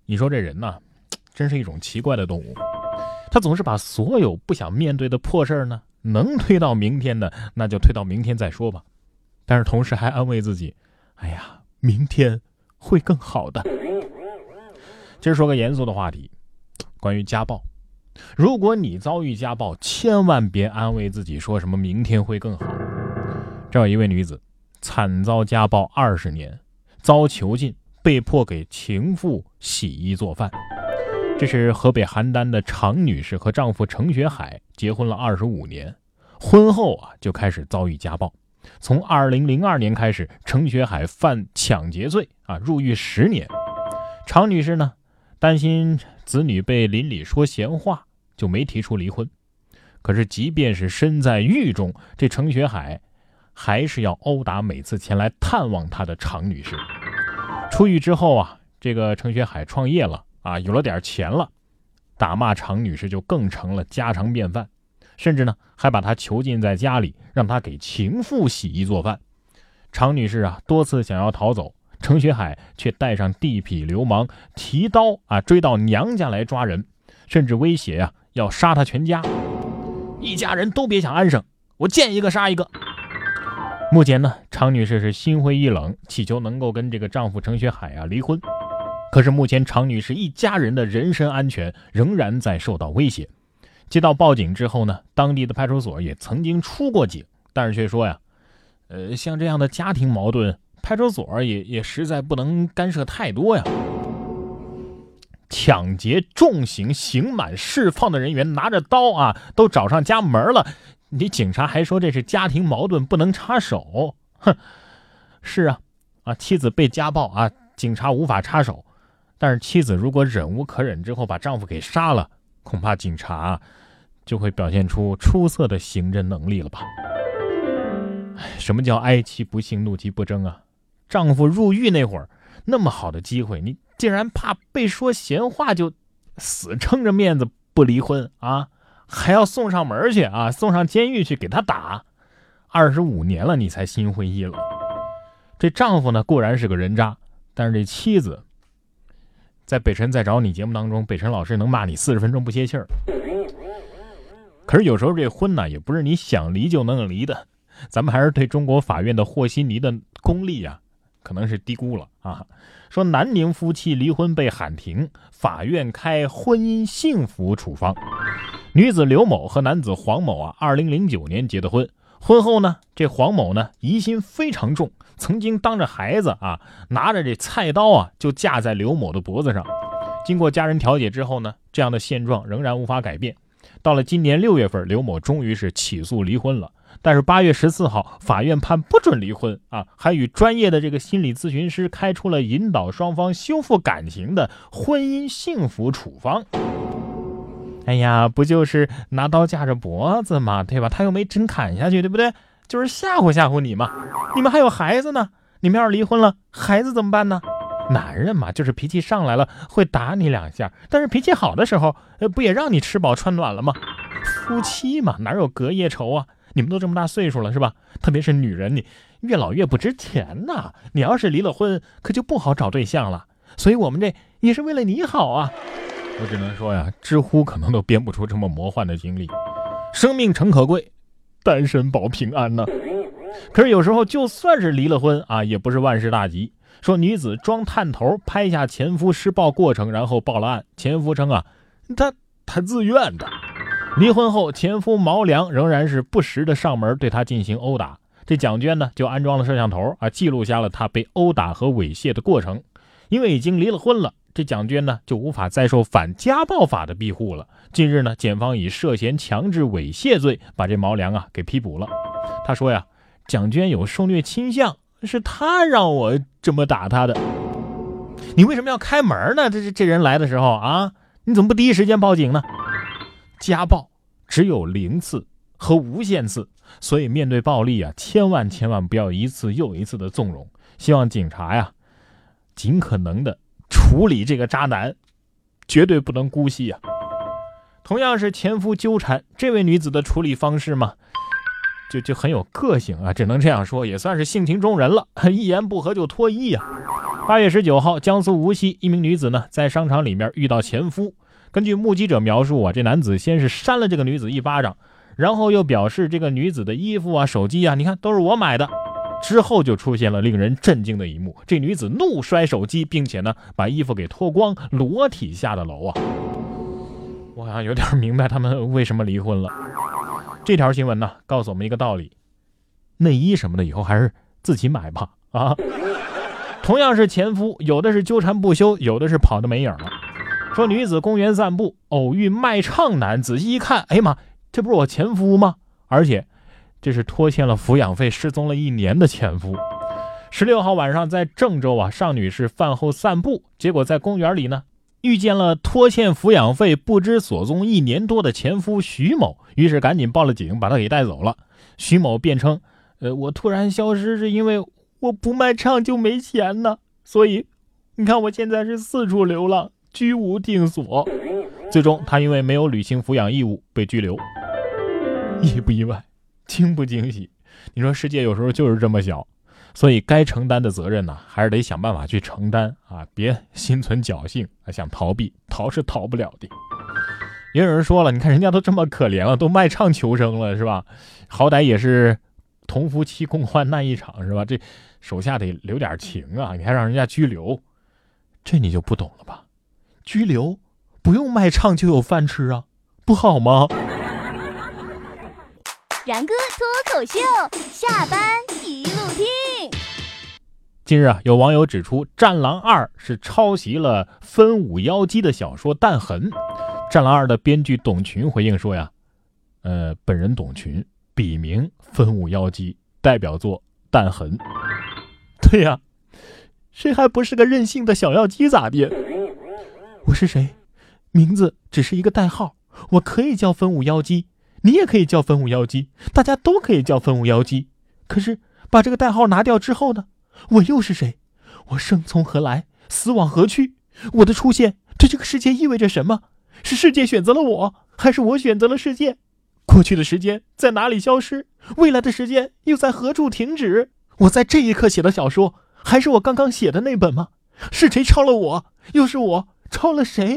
你说这人呢，真是一种奇怪的动物，他总是把所有不想面对的破事呢，能推到明天的，那就推到明天再说吧。但是同时还安慰自己，哎呀，明天会更好的。今儿说个严肃的话题，关于家暴。如果你遭遇家暴，千万别安慰自己说什么明天会更好。这有一位女子惨遭家暴20年，遭囚禁，被迫给情妇洗衣做饭。这是河北邯郸的常女士和丈夫程学海结婚了25年，婚后就开始遭遇家暴。从2002年开始，程学海犯抢劫罪入狱10年。常女士呢，担心子女被邻里说闲话，就没提出离婚。可是即便是身在狱中，这程学海还是要殴打每次前来探望他的常女士。出狱之后这个程学海创业了有了点钱了，打骂常女士就更成了家常便饭，甚至呢还把她囚禁在家里，让她给情妇洗衣做饭。常女士多次想要逃走，程学海却带上地痞流氓，提刀追到娘家来抓人，甚至威胁要杀她全家，一家人都别想安生，我见一个杀一个。目前呢，常女士是心灰意冷，祈求能够跟这个丈夫程学海离婚。可是目前常女士一家人的人身安全仍然在受到威胁。接到报警之后呢，当地的派出所也曾经出过警，但是却说像这样的家庭矛盾，派出所也实在不能干涉太多呀。抢劫重刑刑满释放的人员拿着刀都找上家门了，你警察还说这是家庭矛盾不能插手？哼，是妻子被家暴警察无法插手，但是妻子如果忍无可忍之后把丈夫给杀了，恐怕警察就会表现出出色的刑侦能力了吧。什么叫哀其不幸怒其不争丈夫入狱那会儿，那么好的机会，你竟然怕被说闲话就死撑着面子不离婚还要送上门去送上监狱去给他打。25年了你才心灰意冷。这丈夫呢固然是个人渣，但是这妻子在北辰在找你节目当中，北辰老师能骂你40分钟不歇气儿。可是有时候这婚呢也不是你想离就能离的，咱们还是对中国法院的和稀泥的功力可能是低估了说南宁夫妻离婚被喊停，法院开婚姻幸福处方。女子刘某和男子黄某2009年结的婚，婚后呢，这黄某呢疑心非常重，曾经当着孩子拿着这菜刀就架在刘某的脖子上。经过家人调解之后呢，这样的现状仍然无法改变。到了今年6月份，刘某终于是起诉离婚了，但是8月14号法院判不准离婚还与专业的这个心理咨询师开出了引导双方修复感情的婚姻幸福处方。哎呀，不就是拿刀架着脖子嘛，对吧？他又没真砍下去，对不对？就是吓唬吓唬你嘛。你们还有孩子呢，你们要是离婚了，孩子怎么办呢？男人嘛，就是脾气上来了会打你2下，但是脾气好的时候不也让你吃饱穿暖了吗？夫妻嘛，哪有隔夜仇你们都这么大岁数了是吧？特别是女人，你越老越不值钱呐。你要是离了婚，可就不好找对象了。所以我们这也是为了你好我只能说知乎可能都编不出这么魔幻的经历。生命诚可贵，单身保平安呢。可是有时候就算是离了婚也不是万事大吉。说女子装探头拍下前夫施暴过程，然后报了案。前夫称他自愿的。离婚后，前夫毛良仍然是不时的上门对他进行殴打。这蒋娟呢就安装了摄像头记录下了他被殴打和猥亵的过程。因为已经离了婚了，这蒋娟呢就无法再受反家暴法的庇护了。近日呢，检方以涉嫌强制猥亵罪把这毛良给批捕了。他说蒋娟有受虐倾向，是他让我这么打他的。你为什么要开门呢？这人来的时候你怎么不第一时间报警呢？家暴只有0次和无限次，所以面对暴力千万不要一次又一次的纵容。希望警察尽可能的处理这个渣男，绝对不能姑息同样是前夫纠缠，这位女子的处理方式嘛，就很有个性只能这样说，也算是性情中人了，一言不合就脱衣 8月19号，江苏无锡一名女子呢在商场里面遇到前夫。根据目击者描述啊，这男子先是扇了这个女子一巴掌，然后又表示这个女子的衣服啊、手机啊，你看都是我买的。之后就出现了令人震惊的一幕，这女子怒摔手机，并且呢把衣服给脱光，裸体下的楼啊！我好像有点明白他们为什么离婚了。这条新闻呢告诉我们一个道理：内衣什么的以后还是自己买吧啊！同样是前夫，有的是纠缠不休，有的是跑得没影了。说女子公园散步偶遇卖唱男，仔细一看，哎呀妈，这不是我前夫吗？而且这是拖欠了抚养费失踪了1年的前夫。16号晚上在郑州啊，尚女士饭后散步，结果在公园里呢遇见了拖欠抚养费不知所踪1年多的前夫徐某，于是赶紧报了警，把他给带走了。徐某辩称，我突然消失是因为我不卖唱就没钱呢，所以你看我现在是四处流浪，居无定所。最终他因为没有履行抚养义务被拘留。意不意外，惊不惊喜？你说世界有时候就是这么小，所以该承担的责任呢，还是得想办法去承担啊！别心存侥幸啊，想逃避，逃是逃不了的。也有人说了，你看人家都这么可怜了，都卖唱求生了是吧？好歹也是同夫妻共患难一场是吧？这手下得留点情啊，你还让人家拘留，这你就不懂了吧？拘留不用卖唱就有饭吃啊，不好吗？ 然哥脱口秀，下班一路听。 近日啊，有网友指出《战狼2》是抄袭了分武妖姬的小说《弹痕》。《战狼2》的编剧董群回应说呀，本人董群笔名分武妖姬，代表作《弹痕》。对呀，谁还不是个任性的小妖姬咋的？我是谁？名字只是一个代号，我可以叫分武妖姬，你也可以叫分武妖姬，大家都可以叫分武妖姬。可是把这个代号拿掉之后呢，我又是谁？我生从何来，死往何去？我的出现对这个世界意味着什么？是世界选择了我，还是我选择了世界？过去的时间在哪里消失？未来的时间又在何处停止？我在这一刻写的小说，还是我刚刚写的那本吗？是谁抄了我？又是我抄了谁？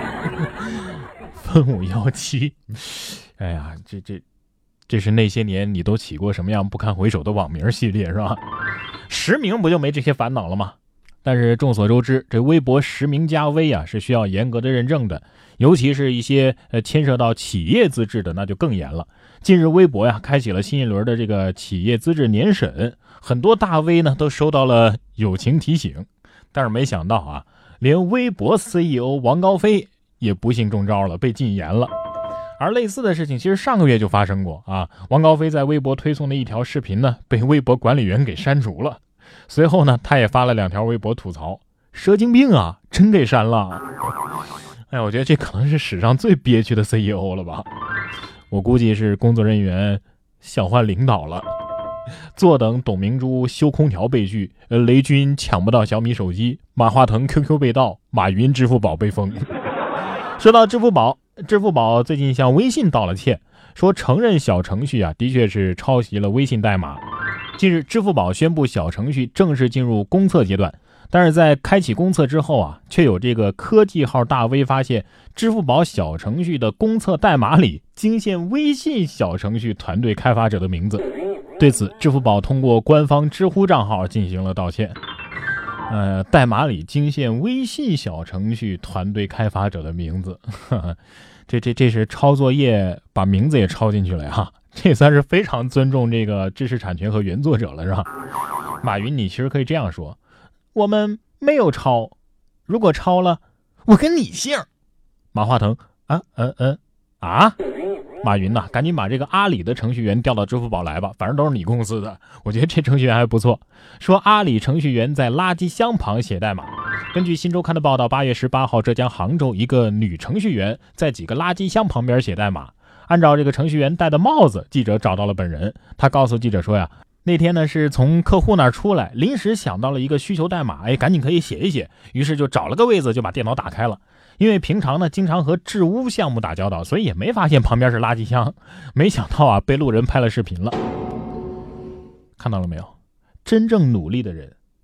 分武妖姬，哎呀，这是那些年你都起过什么样不堪回首的网名系列是吧？实名不就没这些烦恼了吗？但是众所周知，这微博实名加微啊是需要严格的认证的，尤其是一些牵涉到企业资质的那就更严了。近日微博呀开启了新一轮的这个企业资质年审，很多大 V 呢都收到了友情提醒，但是没想到啊，连微博 CEO 王高飞也不幸中招了，被禁言了。而类似的事情其实上个月就发生过啊，王高飞在微博推送的一条视频呢被微博管理员给删除了。随后呢，他也发了2条微博吐槽，蛇精病啊，真给删了。哎，我觉得这可能是史上最憋屈的 CEO 了吧。我估计是工作人员想换领导了。坐等董明珠修空调被拒，雷军抢不到小米手机，马化腾 QQ 被盗，马云支付宝被封。说到支付宝最近向微信道了歉，说承认小程序啊的确是抄袭了微信代码。近日支付宝宣布小程序正式进入公测阶段，但是在开启公测之后啊，却有这个科技号大 V 发现支付宝小程序的公测代码里惊现微信小程序团队开发者的名字。对此，支付宝通过官方知乎账号进行了道歉。代码里惊现微信小程序团队开发者的名字，这是抄作业把名字也抄进去了呀，这算是非常尊重这个知识产权和原作者了是吧？马云，你其实可以这样说，我们没有抄，如果抄了，我跟你姓。马化腾马云呐，赶紧把这个阿里的程序员调到支付宝来吧，反正都是你公司的。我觉得这程序员还不错。说阿里程序员在垃圾箱旁写代码。根据新周刊的报道，8月18号，浙江杭州一个女程序员在几个垃圾箱旁边写代码。按照这个程序员戴的帽子，记者找到了本人。他告诉记者说呀，那天呢是从客户那儿出来，临时想到了一个需求代码，赶紧可以写一写，于是就找了个位子就把电脑打开了。因为平常呢经常和治污项目打交道，所以也没发现旁边是垃圾箱。没想到啊，被路人拍了视频了。看到了没有？真正努力的人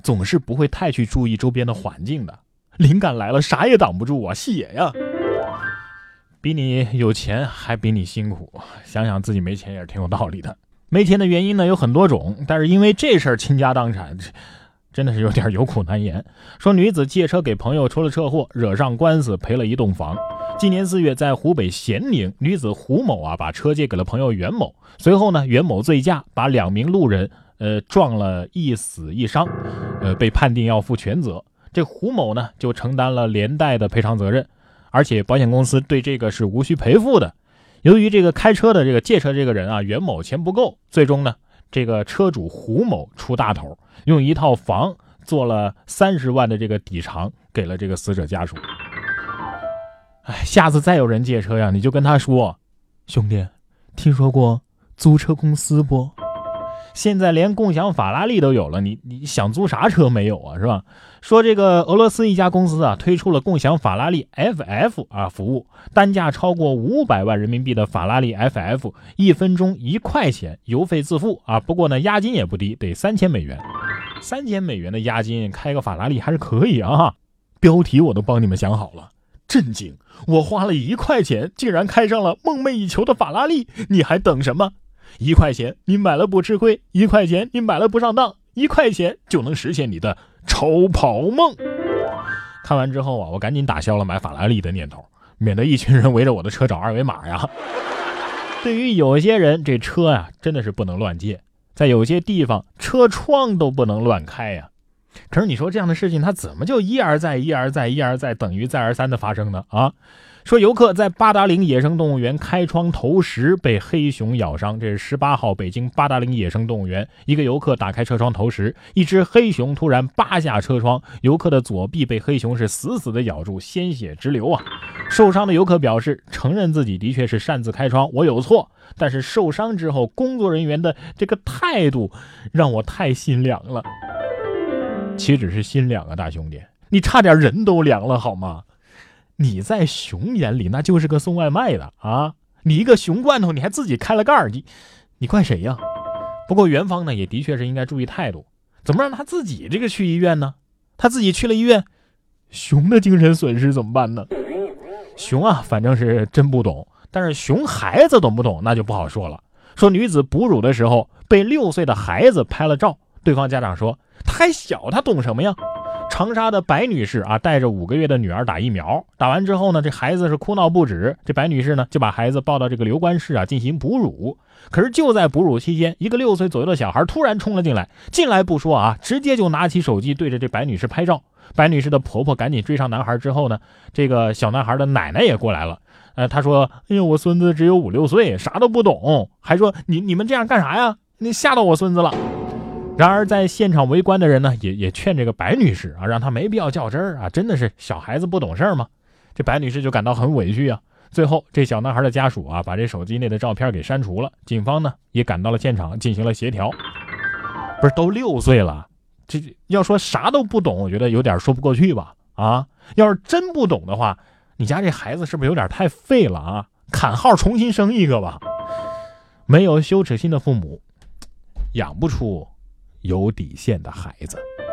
总是不会太去注意周边的环境的，灵感来了啥也挡不住啊，写呀。比你有钱还比你辛苦，想想自己没钱也是挺有道理的。没钱的原因呢有很多种，但是因为这事儿倾家荡产，真的是有点有苦难言。说女子借车给朋友出了车祸，惹上官司赔了一栋房。今年4月，在湖北咸宁，女子胡某啊把车借给了朋友袁某，随后呢袁某醉驾把2名路人撞了一死一伤，被判定要负全责。这胡某呢就承担了连带的赔偿责任，而且保险公司对这个是无需赔付的。由于这个开车的这个借车这个人啊袁某钱不够，最终呢这个车主胡某出大头，用一套房做了30万的这个抵偿给了这个死者家属。下次再有人借车呀，你就跟他说，兄弟，听说过租车公司不？现在连共享法拉利都有了，你想租啥车没有啊，是吧？说这个俄罗斯一家公司啊推出了共享法拉利 FF 啊服务，单价超过500万人民币的法拉利 FF， 1分钟1块钱，油费自付啊。不过呢押金也不低，得3000美元。3000美元的押金开个法拉利还是可以啊。标题我都帮你们想好了，震惊！我花了1块钱，竟然开上了梦寐以求的法拉利，你还等什么？1块钱你买了不吃亏，1块钱你买了不上当，1块钱就能实现你的超跑梦。看完之后啊，我赶紧打消了买法拉利的念头，免得一群人围着我的车找2维码呀。对于有些人，这车呀真的是不能乱借，在有些地方车窗都不能乱开呀。可是你说这样的事情它怎么就一而再等于再而三的发生呢？啊，说游客在八达岭野生动物园开窗投食被黑熊咬伤。这是18号北京八达岭野生动物园，一个游客打开车窗投食，一只黑熊突然扒下车窗，游客的左臂被黑熊是死死的咬住，鲜血直流啊。受伤的游客表示承认自己的确是擅自开窗，我有错，但是受伤之后工作人员的这个态度让我太心凉了。岂止是心凉啊，大兄弟，你差点人都凉了好吗？你在熊眼里那就是个送外卖的啊！你一个熊罐头你还自己开了盖儿，你怪谁呀？不过园方呢也的确是应该注意态度，怎么让他自己这个去医院呢？他自己去了医院，熊的精神损失怎么办呢？熊啊反正是真不懂，但是熊孩子懂不懂那就不好说了。说女子哺乳的时候被6岁的孩子拍了照，对方家长说他还小，他懂什么呀？长沙的白女士啊，带着5个月的女儿打疫苗，打完之后呢，这孩子是哭闹不止，这白女士呢就把孩子抱到这个留观室啊进行哺乳。可是就在哺乳期间，一个6岁左右的小孩突然冲了进来不说啊，直接就拿起手机对着这白女士拍照。白女士的婆婆赶紧追上男孩之后呢，这个小男孩的奶奶也过来了。她说：“哎呦，我孙子只有5、6岁，啥都不懂，还说你们这样干啥呀？你吓到我孙子了。”然而在现场围观的人呢也劝这个白女士啊，让她没必要较真儿啊，真的是小孩子不懂事儿吗？这白女士就感到很委屈啊。最后这小男孩的家属啊把这手机内的照片给删除了，警方呢也赶到了现场进行了协调。不是都6岁了，这要说啥都不懂，我觉得有点说不过去吧？啊，要是真不懂的话，你家这孩子是不是有点太废了啊？砍号重新生一个吧。没有羞耻心的父母养不出有底线的孩子。